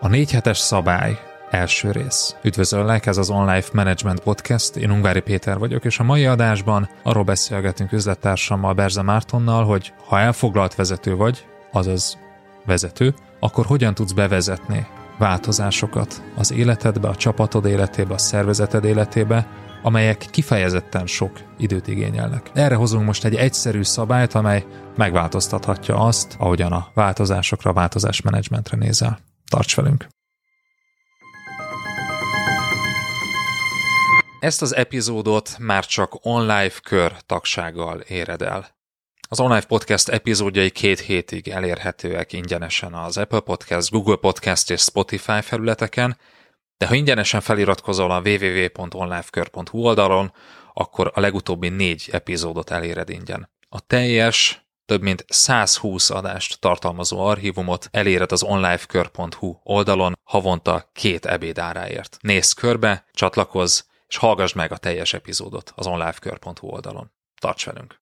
A 4 hetes szabály első rész. Üdvözöllek, ez az OnLife Management Podcast, én Ungvári Péter vagyok, és a mai adásban arról beszélgetünk üzlettársammal, Berze Mártonnal, hogy ha elfoglalt vezető vagy, azaz vezető, akkor hogyan tudsz bevezetni változásokat az életedbe, a csapatod életébe, a szervezeted életébe, amelyek kifejezetten sok időt igényelnek. Erre hozunk most egy egyszerű szabályt, amely megváltoztathatja azt, ahogyan a változásokra, a változásmenedzsmentre nézel. Tarts velünk! Ezt az epizódot már csak OnLife kör tagsággal éred el. Az OnLife Podcast epizódjai 2 hétig elérhetőek ingyenesen az Apple Podcast, Google Podcast és Spotify felületeken, de ha ingyenesen feliratkozol a www.onlifekör.hu oldalon, akkor a legutóbbi 4 epizódot eléred ingyen. A teljes, több mint 120 adást tartalmazó archívumot eléred az onlifekör.hu oldalon havonta 2 ebéd áráért. Nézz körbe, csatlakozz, és hallgass meg a teljes epizódot az onlifekör.hu oldalon. Tarts velünk!